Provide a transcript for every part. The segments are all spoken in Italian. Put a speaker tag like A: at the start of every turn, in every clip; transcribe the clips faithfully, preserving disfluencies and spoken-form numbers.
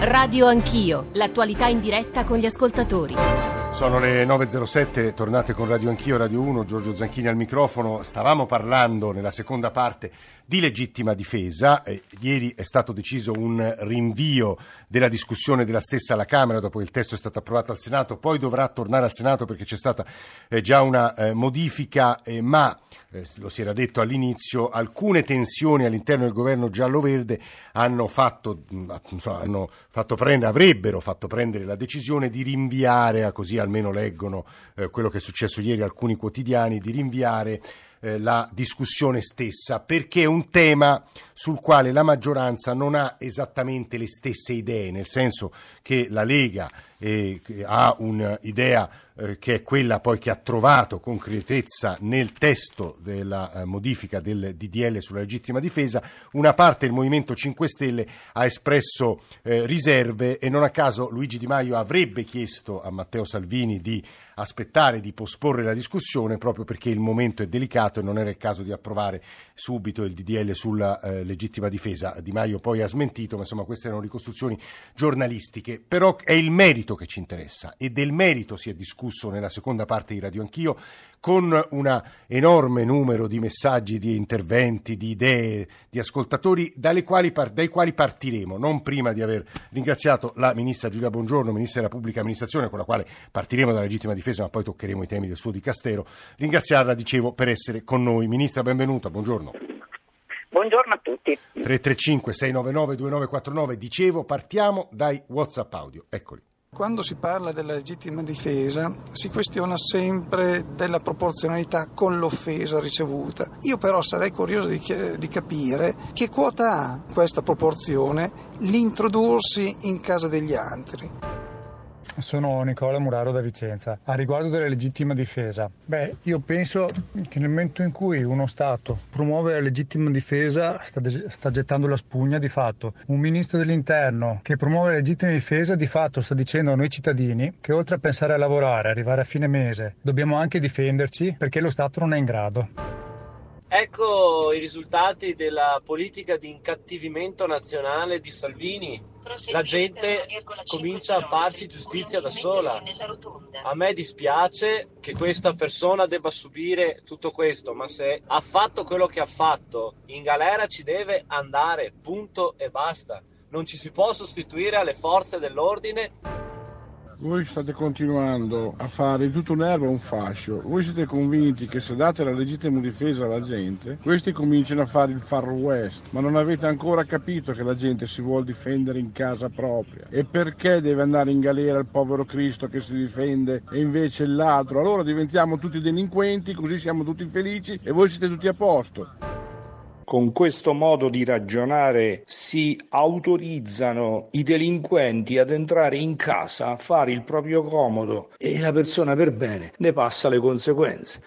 A: Radio Anch'io, l'attualità in diretta con gli ascoltatori.
B: Sono le nove e zero sette, tornate con Radio Anch'io, Radio uno, Giorgio Zanchini al microfono. Stavamo parlando nella seconda parte di legittima difesa. Eh, ieri è stato deciso un rinvio della discussione della stessa alla Camera dopo che il testo è stato approvato al Senato, poi dovrà tornare al Senato perché c'è stata eh, già una eh, modifica, eh, ma eh, lo si era detto all'inizio, alcune tensioni all'interno del governo giallo-verde hanno fatto, insomma, hanno fatto prendere, avrebbero fatto prendere la decisione di rinviare, a così almeno leggono eh, quello che è successo ieri alcuni quotidiani, di rinviare eh, la discussione stessa, perché è un tema sul quale la maggioranza non ha esattamente le stesse idee, nel senso che la Lega eh, ha un'idea eh, che è quella poi che ha trovato concretezza nel testo della eh, modifica del D D L sulla legittima difesa. Una parte del Movimento cinque Stelle ha espresso eh, riserve e non a caso Luigi Di Maio avrebbe chiesto a Matteo Salvini di aspettare, di posporre la discussione proprio perché il momento è delicato e non era il caso di approvare subito il D D L sulla eh, legittima difesa. Di Maio poi ha smentito, ma insomma queste erano ricostruzioni giornalistiche. Però è il merito che ci interessa e del merito si è discusso nella seconda parte di Radio Anch'io, con un enorme numero di messaggi, di interventi, di idee, di ascoltatori dalle quali, dai quali partiremo, non prima di aver ringraziato la Ministra Giulia Bongiorno, Ministra della Pubblica Amministrazione, con la quale partiremo dalla legittima difesa, ma poi toccheremo i temi del suo dicastero. Ringraziarla, dicevo, per essere con noi. Ministra, benvenuta, buongiorno.
C: Buongiorno a tutti.
B: tre tre cinque sei nove nove due nove quattro nove, dicevo, partiamo dai WhatsApp audio, eccoli.
D: Quando si parla della legittima difesa si questiona sempre della proporzionalità con l'offesa ricevuta. Io però sarei curioso di, di capire che quota ha questa proporzione l'introdursi in casa degli altri.
E: Sono Nicola Muraro da Vicenza. A riguardo della legittima difesa, beh, io penso che nel momento in cui uno Stato promuove la legittima difesa sta, sta gettando la spugna di fatto. Un ministro dell'interno che promuove la legittima difesa di fatto sta dicendo a noi cittadini che oltre a pensare a lavorare, arrivare a fine mese, dobbiamo anche difenderci perché lo Stato non è in grado.
F: Ecco i risultati della politica di incattivimento nazionale di Salvini. La gente comincia a farsi giustizia da sola. A me dispiace che questa persona debba subire tutto questo, ma se ha fatto quello che ha fatto, in galera ci deve andare, punto e basta. Non ci si può sostituire alle forze dell'ordine.
G: Voi state continuando a fare di tutta un'erba un fascio. Voi siete convinti che se date la legittima difesa alla gente, questi cominciano a fare il Far West, ma non avete ancora capito che la gente si vuol difendere in casa propria. E perché deve andare in galera il povero Cristo che si difende e invece il ladro? Allora diventiamo tutti delinquenti, così siamo tutti felici e voi siete tutti a posto.
H: Con questo modo di ragionare si autorizzano i delinquenti ad entrare in casa, a fare il proprio comodo e la persona per bene ne passa le conseguenze.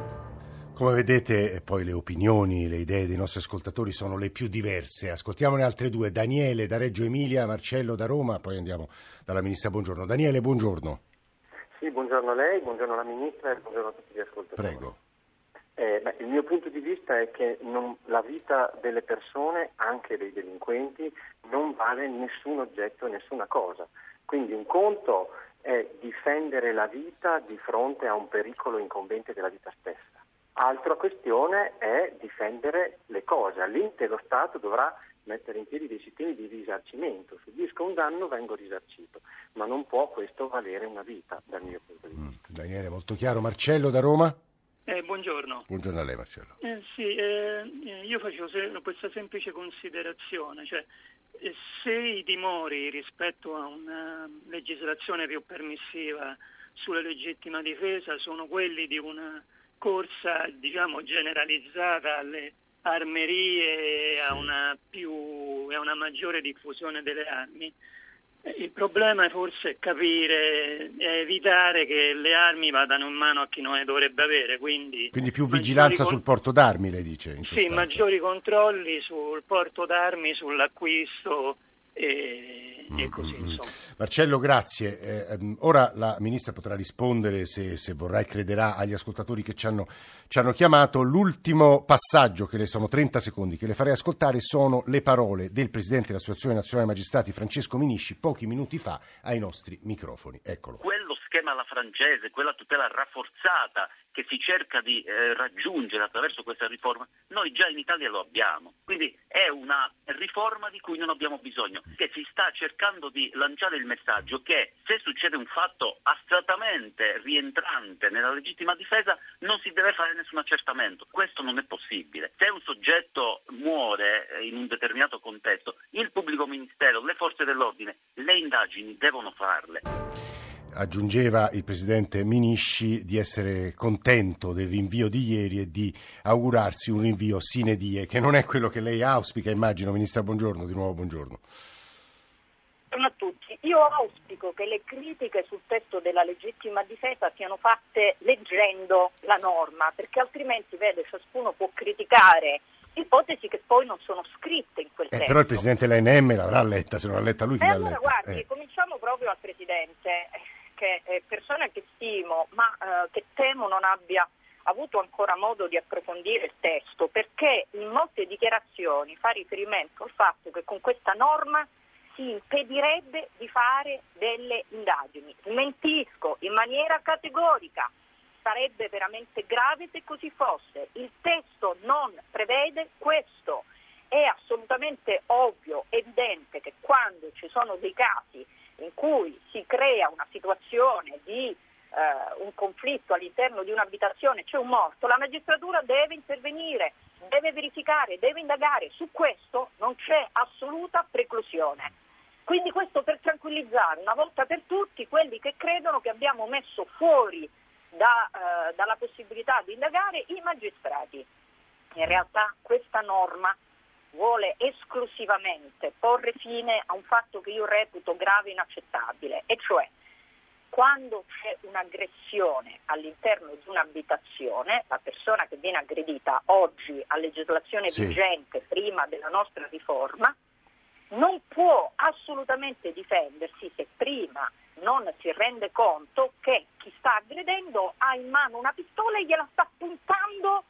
B: Come vedete, poi le opinioni, le idee dei nostri ascoltatori sono le più diverse. Ascoltiamone altre due. Daniele da Reggio Emilia, Marcello da Roma, poi andiamo dalla Ministra Bongiorno. Daniele, buongiorno.
I: Sì, buongiorno a lei, buongiorno alla Ministra e buongiorno a tutti gli ascoltatori.
B: Prego.
I: Eh, beh, il mio punto di vista è che non, la vita delle persone, anche dei delinquenti, non vale nessun oggetto e nessuna cosa. Quindi un conto è difendere la vita di fronte a un pericolo incombente della vita stessa. Altra questione è difendere le cose. All'Inter lo Stato dovrà mettere in piedi dei sistemi di risarcimento. Subisco un danno, vengo risarcito. Ma non può questo valere una vita, dal mio punto di vista.
B: Mm, Daniele, molto chiaro. Marcello da Roma?
J: Eh, buongiorno.
B: Buongiorno a lei, Marcello.
J: Eh, sì, eh, io facevo se- questa semplice considerazione, cioè eh, se i timori rispetto a una legislazione più permissiva sulla legittima difesa sono quelli di una corsa, diciamo, generalizzata alle armerie e a una più a una maggiore diffusione delle armi, il problema è forse capire e evitare che le armi vadano in mano a chi non le dovrebbe avere, quindi,
B: quindi più vigilanza
J: con...
B: sul porto d'armi, lei dice? In
J: sì,
B: sostanza.
J: maggiori controlli sul porto d'armi, sull'acquisto e, e così insomma.
B: Marcello, grazie. Eh, ora la Ministra potrà rispondere, se, se vorrà e crederà, agli ascoltatori che ci hanno, ci hanno chiamato. L'ultimo passaggio, che le sono trenta secondi, che le farei ascoltare sono le parole del Presidente dell'Associazione Nazionale Magistrati, Francesco Minisci, pochi minuti fa ai nostri microfoni. Eccolo.
K: Quello schema alla francese, quella tutela rafforzata che si cerca di eh, raggiungere attraverso questa riforma, noi già in Italia lo abbiamo. Quindi è una riforma di cui non abbiamo bisogno, che si sta cercando di lanciare il messaggio che se succede un fatto astrattamente rientrante nella legittima difesa non si deve fare nessun accertamento. Questo non è possibile. Se un soggetto muore in un determinato contesto, il pubblico ministero, le forze dell'ordine, le indagini devono farle.
B: Aggiungeva il Presidente Minisci di essere contento del rinvio di ieri e di augurarsi un rinvio sine die, che non è quello che lei auspica, immagino. Ministra, buongiorno, di nuovo buongiorno.
C: Buongiorno a tutti. Io auspico che le critiche sul testo della legittima difesa siano fatte leggendo la norma, perché altrimenti, vede, ciascuno può criticare ipotesi che poi non sono scritte in quel
B: eh,
C: testo.
B: Però il Presidente dell'A N M l'avrà letta, se non l'ha letta lui chi
C: eh,
B: l'ha
C: allora,
B: letta?
C: Guardi,
B: eh.
C: cominciamo proprio al Presidente, che è persona che stimo, ma eh, che temo non abbia avuto ancora modo di approfondire il testo, perché in molte dichiarazioni fa riferimento al fatto che con questa norma si impedirebbe di fare delle indagini. Smentisco in maniera categorica, sarebbe veramente grave se così fosse. Il testo non prevede questo. È assolutamente ovvio, evidente che quando ci sono dei casi in cui si crea una situazione di eh, un conflitto all'interno di un'abitazione, c'è un morto, la magistratura deve intervenire, deve verificare, deve indagare. Su questo non c'è assoluta preclusione. Quindi questo per tranquillizzare una volta per tutti quelli che credono che abbiamo messo fuori da, eh, dalla possibilità di indagare i magistrati. In realtà questa norma vuole esclusivamente porre fine a un fatto che io reputo grave e inaccettabile, e cioè quando c'è un'aggressione all'interno di un'abitazione, la persona che viene aggredita oggi a legislazione
B: sì.
C: vigente prima della nostra riforma non può assolutamente difendersi se prima non si rende conto che chi sta aggredendo ha in mano una pistola e gliela sta puntando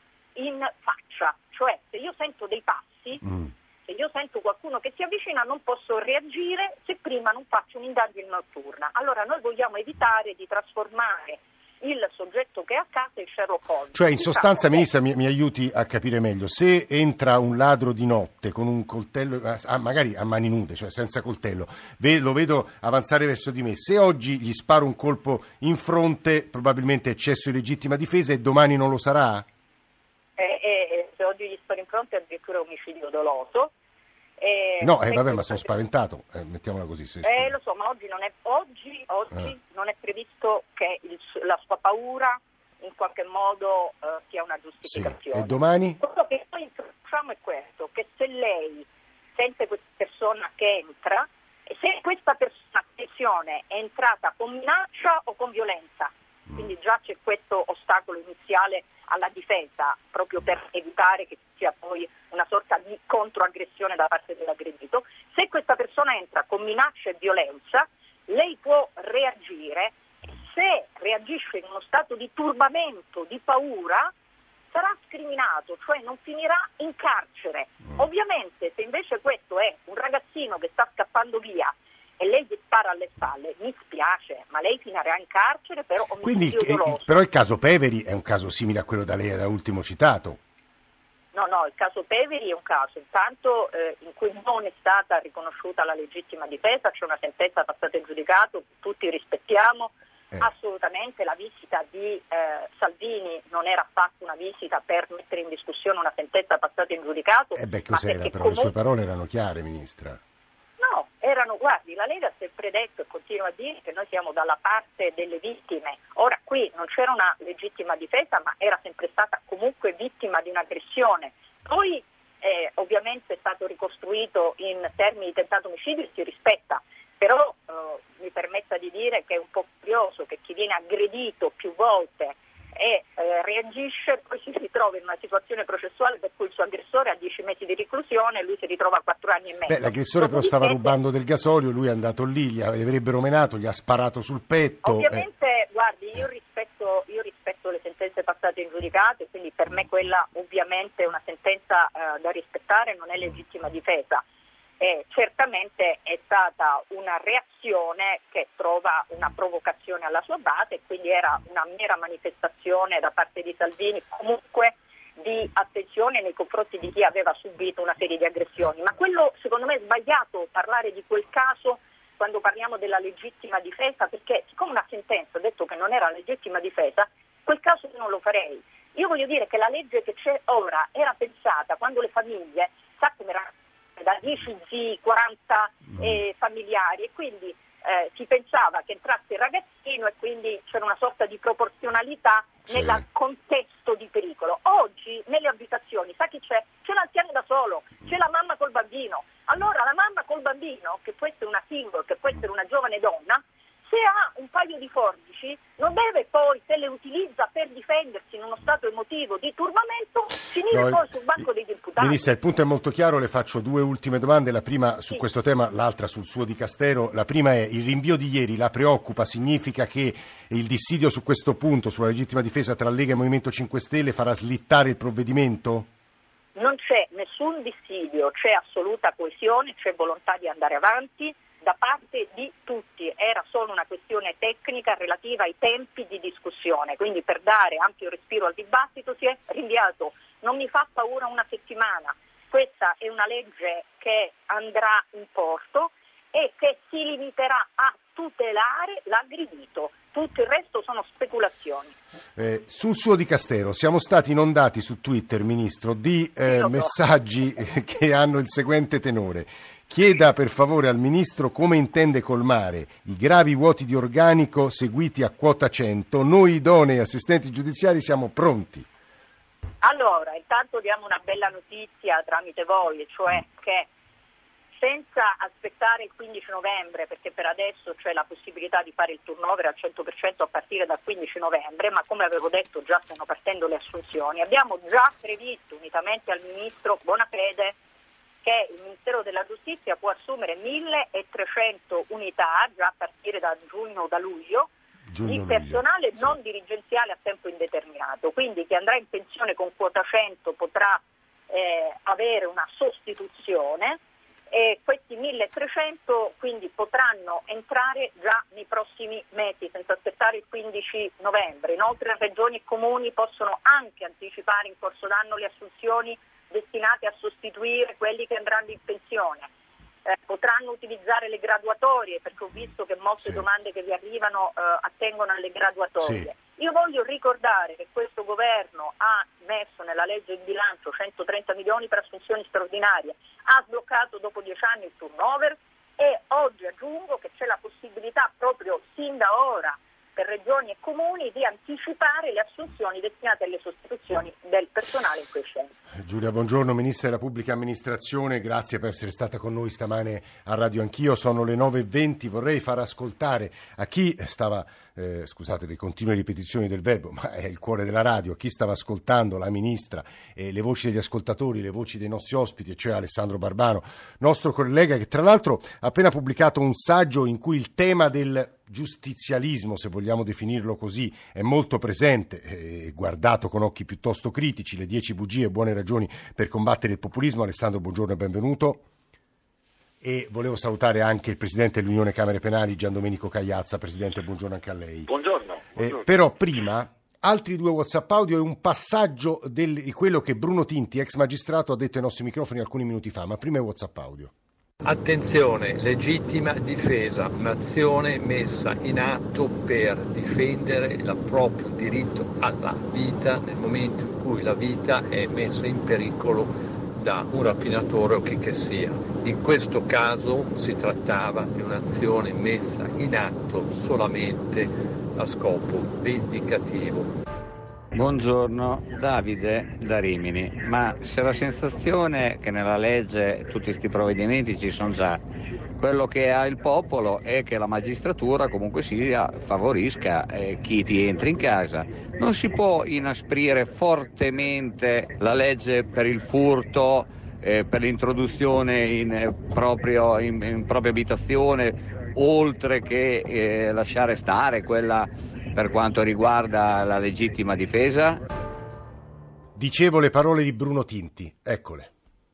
C: in faccia. Cioè, se io sento dei passi, mm. se io sento qualcuno che si avvicina, non posso reagire se prima non faccio un'indagine notturna. Allora noi vogliamo evitare di trasformare il soggetto che è a casa in Sherlock Holmes.
B: Cioè, in
C: diciamo
B: sostanza,
C: che...
B: Ministra, mi, mi aiuti a capire meglio. Se entra un ladro di notte con un coltello, ah, magari a mani nude, cioè senza coltello, ve, lo vedo avanzare verso di me, se oggi gli sparo un colpo in fronte, probabilmente eccesso di legittima difesa, e domani non lo sarà?
C: Eh, eh, se oggi gli sparo in fronte è addirittura omicidio doloso. Eh,
B: no, eh, vabbè, ma sono spaventato, eh, mettiamola così. Se
C: eh, lo so, ma oggi non è, oggi, oggi eh. non è previsto che il, la sua paura in qualche modo eh, sia una giustificazione.
B: Sì. E domani?
C: Quello che noi facciamo è questo, che se lei sente questa persona che entra, e se questa persona, attenzione, è entrata con minaccia o con violenza, mm. quindi già c'è questo ostacolo iniziale alla difesa, proprio per evitare che sia poi una sorta di controaggressione da parte dell'aggredito. Se questa persona entra con minaccia e violenza, lei può reagire, e se reagisce in uno stato di turbamento, di paura, sarà scriminato, cioè non finirà in carcere. Ovviamente, se invece questo è un ragazzino che sta scappando via e lei gli spara alle spalle, mi spiace, ma lei finirà in carcere per omicidio
B: Quindi,
C: doloso.
B: Però il caso Peveri è un caso simile a quello da lei da ultimo citato.
C: No, no, il caso Peveri è un caso intanto eh, in cui non è stata riconosciuta la legittima difesa, c'è una sentenza passata in giudicato, tutti rispettiamo. Eh. Assolutamente la visita di eh, Salvini non era affatto una visita per mettere in discussione una sentenza passata in giudicato.
B: Eh beh, cos'era? Però
C: comunque...
B: le sue parole erano chiare, Ministra.
C: No, erano, guardi, la Lega ha sempre detto e continua a dire che noi siamo dalla parte delle vittime. Ora qui non c'era una legittima difesa, ma era sempre stata comunque vittima di un'aggressione. Poi eh, ovviamente è stato ricostruito in termini di tentato omicidio e si rispetta, però eh, mi permetta di dire che è un po' curioso che chi viene aggredito più volte e eh, reagisce, poi si ritrova in una situazione processuale per cui il suo aggressore ha dieci mesi di reclusione e lui si ritrova a quattro anni e mezzo.
B: Beh, l'aggressore però stava rubando del gasolio, lui è andato lì, gli avrebbero menato, gli ha sparato sul petto.
C: Ovviamente,
B: eh.
C: guardi, io rispetto, io rispetto le sentenze passate in giudicato, quindi per me quella ovviamente è una sentenza eh, da rispettare, non è legittima difesa. Eh, certamente è stata una reazione che trova una provocazione alla sua base e quindi era una mera manifestazione da parte di Salvini comunque di attenzione nei confronti di chi aveva subito una serie di aggressioni. Ma quello secondo me è sbagliato parlare di quel caso quando parliamo della legittima difesa, perché siccome una sentenza ha detto che non era legittima difesa, quel caso non lo farei. Io voglio dire che la legge che c'è ora era pensata quando le famiglie, sa come era da dieci zii, quaranta eh, familiari e quindi eh, si pensava che entrasse il ragazzino e quindi c'era una sorta di proporzionalità sì. nel contesto di pericolo. Oggi nelle abitazioni sa chi c'è? C'è l'anziano da solo, c'è la mamma col bambino. Allora la mamma col bambino, che può essere una single, che può essere una giovane donna, se ha un paio di forbici non deve poi, se le utilizza per difendersi in uno stato emotivo di turbamento, finire no, poi sul banco degli imputati.
B: Ministra, il punto è molto chiaro, le faccio due ultime domande, la prima su sì. questo tema, l'altra sul suo dicastero. La prima è: il rinvio di ieri la preoccupa? Significa che il dissidio su questo punto, sulla legittima difesa tra Lega e Movimento cinque Stelle, farà slittare il provvedimento?
C: Non c'è nessun dissidio, c'è assoluta coesione, c'è volontà di andare avanti da parte di tutti, era solo una questione tecnica relativa ai tempi di discussione, quindi per dare ampio respiro al dibattito si è rinviato. Non mi fa paura una settimana, questa è una legge che andrà in porto e che si limiterà a tutelare l'aggredito, tutto il resto sono speculazioni.
B: Eh, sul suo dicastero siamo stati inondati su Twitter, Ministro, di eh, messaggi che hanno il seguente tenore: chieda per favore al Ministro come intende colmare i gravi vuoti di organico seguiti a quota cento. Noi idonei assistenti giudiziari siamo pronti.
C: Allora, intanto diamo una bella notizia tramite voi, cioè che senza aspettare il quindici novembre, perché per adesso c'è la possibilità di fare il turnover al cento per cento a partire dal quindici novembre, ma come avevo detto già stanno partendo le assunzioni, abbiamo già previsto unitamente al Ministro Bonafede che il Ministero della Giustizia può assumere milletrecento unità già a partire da giugno o da luglio di personale sì. non dirigenziale a tempo indeterminato, quindi chi andrà in pensione con quota cento potrà eh, avere una sostituzione e questi milletrecento quindi potranno entrare già nei prossimi mesi senza aspettare il quindici novembre. Inoltre regioni e comuni possono anche anticipare in corso d'anno le assunzioni destinate a sostituire quelli che andranno in pensione. Eh, potranno utilizzare le graduatorie, perché ho visto che molte sì. domande che vi arrivano eh, attengono alle graduatorie. Sì. Io voglio ricordare che questo governo ha messo nella legge di bilancio centotrenta milioni per assunzioni straordinarie, ha sbloccato dopo dieci anni il turnover e oggi aggiungo che c'è la possibilità proprio sin da ora per regioni e comuni di anticipare le assunzioni destinate alle sostituzioni del personale in quiescenza.
B: Giulia, buongiorno, Ministra della Pubblica Amministrazione, grazie per essere stata con noi stamane a Radio Anch'io. Sono le nove e venti, vorrei far ascoltare a chi stava, eh, scusate le continue ripetizioni del verbo, ma è il cuore della radio, a chi stava ascoltando la Ministra, eh, le voci degli ascoltatori, le voci dei nostri ospiti, cioè Alessandro Barbano, nostro collega che tra l'altro ha appena pubblicato un saggio in cui il tema del giustizialismo, se vogliamo definirlo così, è molto presente, eh, guardato con occhi piuttosto critici, le dieci bugie e buone ragioni per combattere il populismo. Alessandro, buongiorno e benvenuto. E volevo salutare anche il Presidente dell'Unione Camere Penali, Giandomenico Cagliazza. Presidente, buongiorno anche a lei.
L: Buongiorno. buongiorno.
B: Eh, però prima, altri due WhatsApp audio e un passaggio del, di quello che Bruno Tinti, ex magistrato, ha detto ai nostri microfoni alcuni minuti fa, ma prima è WhatsApp audio.
M: Attenzione, legittima difesa, un'azione messa in atto per difendere il proprio diritto alla vita nel momento in cui la vita è messa in pericolo da un rapinatore o chi che sia. In questo caso si trattava di un'azione messa in atto solamente a scopo vendicativo.
N: Buongiorno, Davide da Rimini, ma c'è la sensazione che nella legge tutti questi provvedimenti ci sono già. Quello che ha il popolo è che la magistratura comunque sia favorisca eh, chi ti entra in casa. Non si può inasprire fortemente la legge per il furto eh, per l'introduzione in, eh, proprio, in, in propria abitazione, oltre che eh, lasciare stare quella per quanto riguarda la legittima difesa?
B: Dicevo le parole di Bruno Tinti, eccole.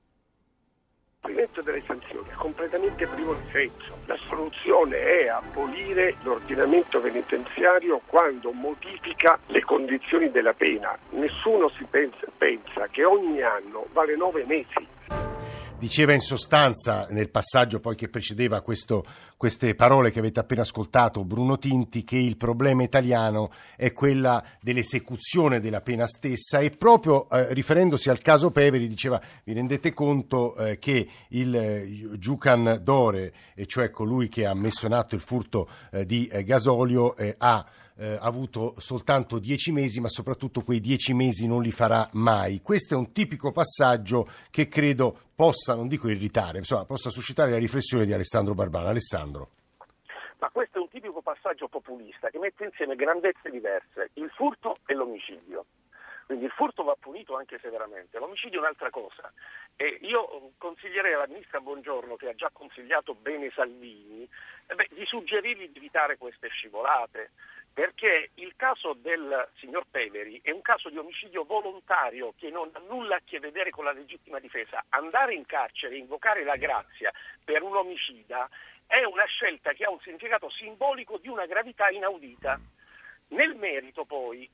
L: L'aumento delle sanzioni è completamente privo di senso. La soluzione è abolire l'ordinamento penitenziario quando modifica le condizioni della pena. Nessuno si pensa, pensa che ogni anno vale nove mesi.
B: Diceva in sostanza, nel passaggio poi che precedeva questo, queste parole che avete appena ascoltato, Bruno Tinti, che il problema italiano è quella dell'esecuzione della pena stessa, e proprio eh, riferendosi al caso Peveri diceva: vi rendete conto eh, che il eh, Giucan Dore, e cioè colui che ha messo in atto il furto eh, di eh, gasolio, eh, ha Eh, ha avuto soltanto dieci mesi, ma soprattutto quei dieci mesi non li farà mai. Questo è un tipico passaggio che credo possa, non dico irritare, insomma, possa suscitare la riflessione di Alessandro Barbano. Alessandro.
L: Ma questo è un tipico passaggio populista che mette insieme grandezze diverse, il furto e l'omicidio. Quindi il furto va punito anche severamente, l'omicidio è un'altra cosa. E io consiglierei alla ministra Bongiorno, che ha già consigliato bene Salvini, eh beh, di suggerirgli di evitare queste scivolate, perché il caso del signor Peveri è un caso di omicidio volontario che non ha nulla a che vedere con la legittima difesa. Andare in carcere e invocare la grazia per un omicida è una scelta che ha un significato simbolico di una gravità inaudita. Nel merito poi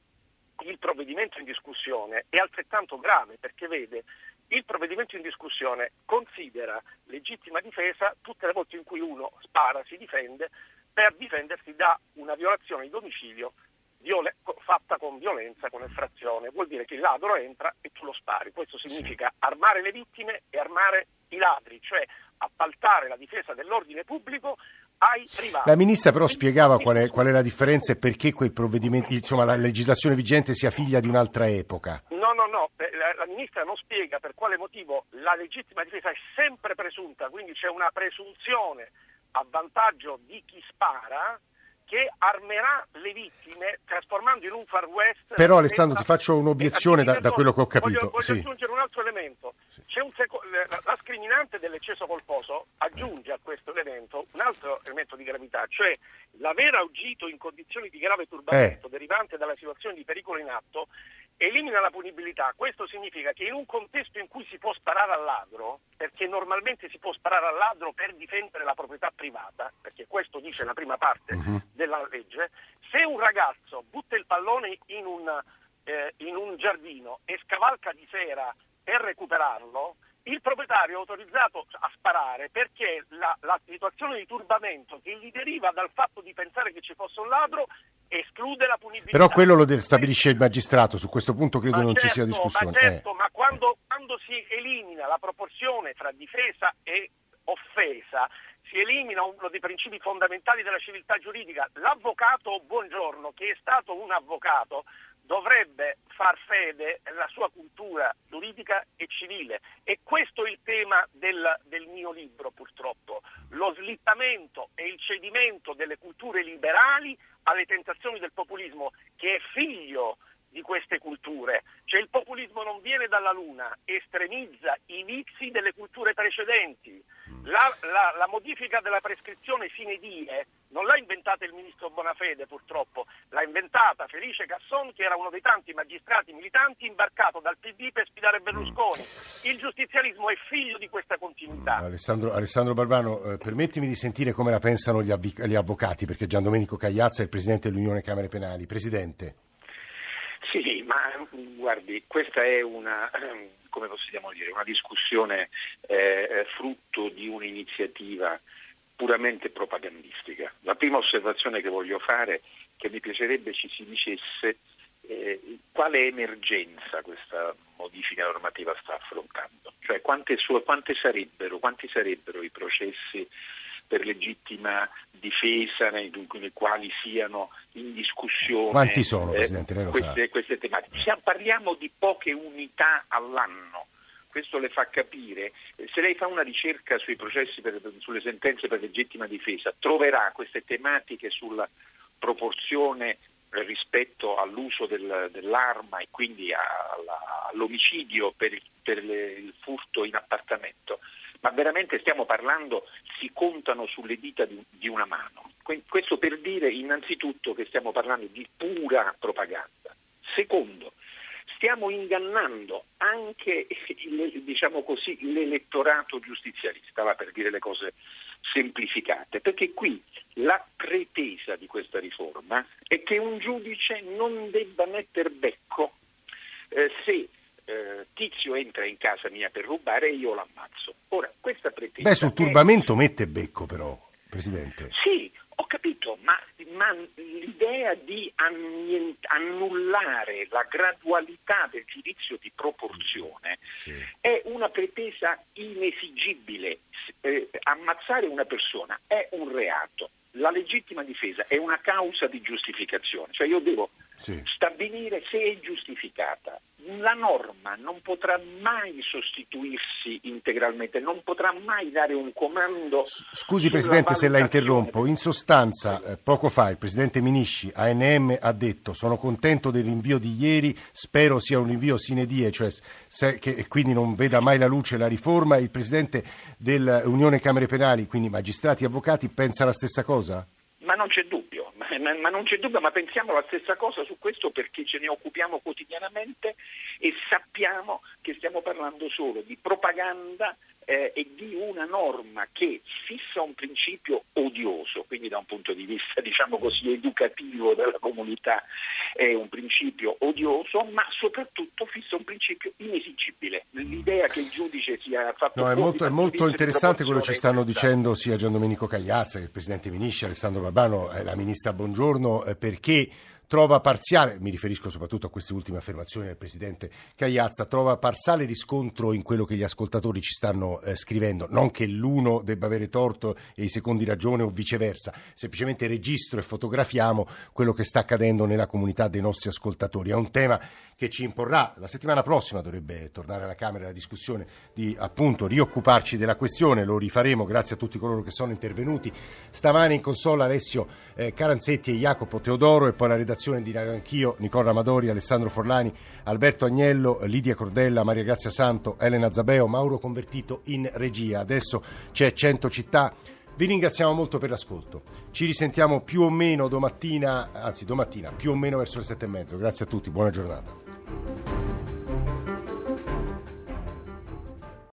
L: il provvedimento in discussione è altrettanto grave, perché vede, il provvedimento in discussione considera legittima difesa tutte le volte in cui uno spara, si difende, per difendersi da una violazione di domicilio viole- fatta con violenza, con effrazione. Vuol dire che il ladro entra e tu lo spari. Questo significa armare le vittime e armare i ladri, cioè appaltare la difesa dell'ordine pubblico ai privati.
B: La ministra però spiegava qual è, qual è la differenza e perché quel provvedimento, insomma, la legislazione vigente sia figlia di un'altra epoca.
L: No, no, no, la, la ministra non spiega per quale motivo la legittima difesa è sempre presunta, quindi c'è una presunzione a vantaggio di chi spara, che armerà le vittime trasformando in un far west.
B: Però Alessandro, ti faccio un'obiezione da, da quello che ho capito.
L: Voglio, voglio
B: sì.
L: aggiungere un altro elemento.
B: Sì.
L: C'è un seco- la, la scriminante dell'eccesso colposo aggiunge a questo elemento un altro elemento di gravità, cioè l'aver agito in condizioni di grave turbamento
B: eh.
L: derivante dalla situazione di pericolo in atto elimina la punibilità. Questo significa che in un contesto in cui si può sparare al ladro, perché normalmente si può sparare al ladro per difendere la proprietà privata, perché questo dice la prima parte uh-huh. della legge, se un ragazzo butta il pallone in un, eh, in un giardino e scavalca di sera per recuperarlo, il proprietario è autorizzato a sparare perché la, la situazione di turbamento che gli deriva dal fatto di pensare che ci fosse un ladro esclude la punibilità.
B: Però quello lo stabilisce il magistrato, su questo punto credo
L: ma
B: non
L: certo,
B: ci sia discussione.
L: Ma certo,
B: eh.
L: ma quando, quando si elimina la proporzione tra difesa e offesa, si elimina uno dei principi fondamentali della civiltà giuridica. L'avvocato Bongiorno, che è stato un avvocato, dovrebbe far fede alla sua cultura giuridica e civile, e questo è il tema del, del mio libro, purtroppo, lo slittamento e il cedimento delle culture liberali alle tentazioni del populismo, che è figlio di queste culture. Cioè il populismo non viene dalla luna, estremizza i vizi delle culture precedenti. La, la, la modifica della prescrizione sine die non l'ha inventata il ministro Bonafede, purtroppo, l'ha inventata Felice Casson, che era uno dei tanti magistrati militanti imbarcato dal P D per sfidare Berlusconi. Il giustizialismo è figlio di questa continuità.
B: Alessandro, Alessandro Barbano, eh, permettimi di sentire come la pensano gli, avvi- gli avvocati, perché Gian Domenico Cagliazza è il presidente dell'Unione Camere Penali. Presidente.
O: Sì, ma guardi, questa è una, come possiamo dire, una discussione eh, frutto di un'iniziativa puramente propagandistica. La prima osservazione che voglio fare è che mi piacerebbe ci si dicesse eh, quale emergenza questa modifica normativa sta affrontando, cioè quante, su, quante sarebbero, quanti sarebbero i processi per legittima difesa nei, nei quali siano in discussione.
B: Quanti sono,
O: eh,
B: Presidente? Lei lo
O: queste,
B: sa.
O: queste tematiche. Siamo, parliamo di poche unità all'anno. Questo le fa capire, se lei fa una ricerca sui processi per, sulle sentenze per legittima difesa, troverà queste tematiche sulla proporzione rispetto all'uso del, dell'arma e quindi alla, all'omicidio per, il, per le, il furto in appartamento, ma veramente stiamo parlando, si contano sulle dita di, di una mano. Questo per dire innanzitutto che stiamo parlando di pura propaganda. Secondo, stiamo ingannando anche il, diciamo così, l'elettorato giustizialista, va, per dire le cose semplificate, perché qui la pretesa di questa riforma è che un giudice non debba metter becco eh, se eh, Tizio entra in casa mia per rubare e io l'ammazzo. Ora, questa pretesa...
B: Beh, sul turbamento è... mette becco però, Presidente.
O: Sì, ho capito, ma, ma l'idea di annullare la gradualità del giudizio di proporzione sì. è una pretesa inesigibile. Eh, ammazzare una persona è un reato, la legittima difesa è una causa di giustificazione, cioè io devo sì. stabilire se è giustificata. La norma non potrà mai sostituirsi integralmente, non potrà mai dare un comando.
B: Scusi Presidente se la interrompo, in sostanza eh, poco fa il Presidente Minisci, A N M, ha detto sono contento del rinvio di ieri, spero sia un rinvio sine die, cioè se, che quindi non veda mai la luce la riforma. Il Presidente dell'Unione Camere Penali, quindi magistrati e avvocati, pensa la stessa cosa?
O: Ma non c'è dubbio, ma, ma non c'è dubbio, ma pensiamo la stessa cosa su questo perché ce ne occupiamo quotidianamente e sappiamo che stiamo parlando solo di propaganda eh, e di una norma che fissa un principio odioso, quindi da un punto di vista, diciamo così, educativo della comunità è un principio odioso, ma soprattutto fissa un principio inesigibile. L'idea che il giudice sia fatto...
B: No, è molto, è molto interessante quello che ci stanno dicendo sia Gian Domenico Cagliazza che il Presidente Minisci, Alessandro Balbano, eh, la Ministra Bongiorno, eh, perché trova parziale, mi riferisco soprattutto a queste ultime affermazioni del Presidente Cagliazza, trova parziale riscontro in quello che gli ascoltatori ci stanno eh, scrivendo, non che l'uno debba avere torto e i secondi ragione o viceversa, semplicemente registro e fotografiamo quello che sta accadendo nella comunità dei nostri ascoltatori. È un tema che ci imporrà, la settimana prossima dovrebbe tornare alla Camera la discussione di appunto rioccuparci della questione, lo rifaremo grazie a tutti coloro che sono intervenuti stamane in consola, Alessio eh, Caranzetti e Jacopo Teodoro, e poi la redazione di Radio Anch'io, Nicola Amadori, Alessandro Forlani, Alberto Agnello, Lidia Cordella, Maria Grazia Santo, Elena Zabeo, Mauro Convertito in regia. Adesso c'è cento città. Vi ringraziamo molto per l'ascolto. Ci risentiamo più o meno domattina, anzi domattina, più o meno verso le sette e mezzo. Grazie a tutti, buona giornata.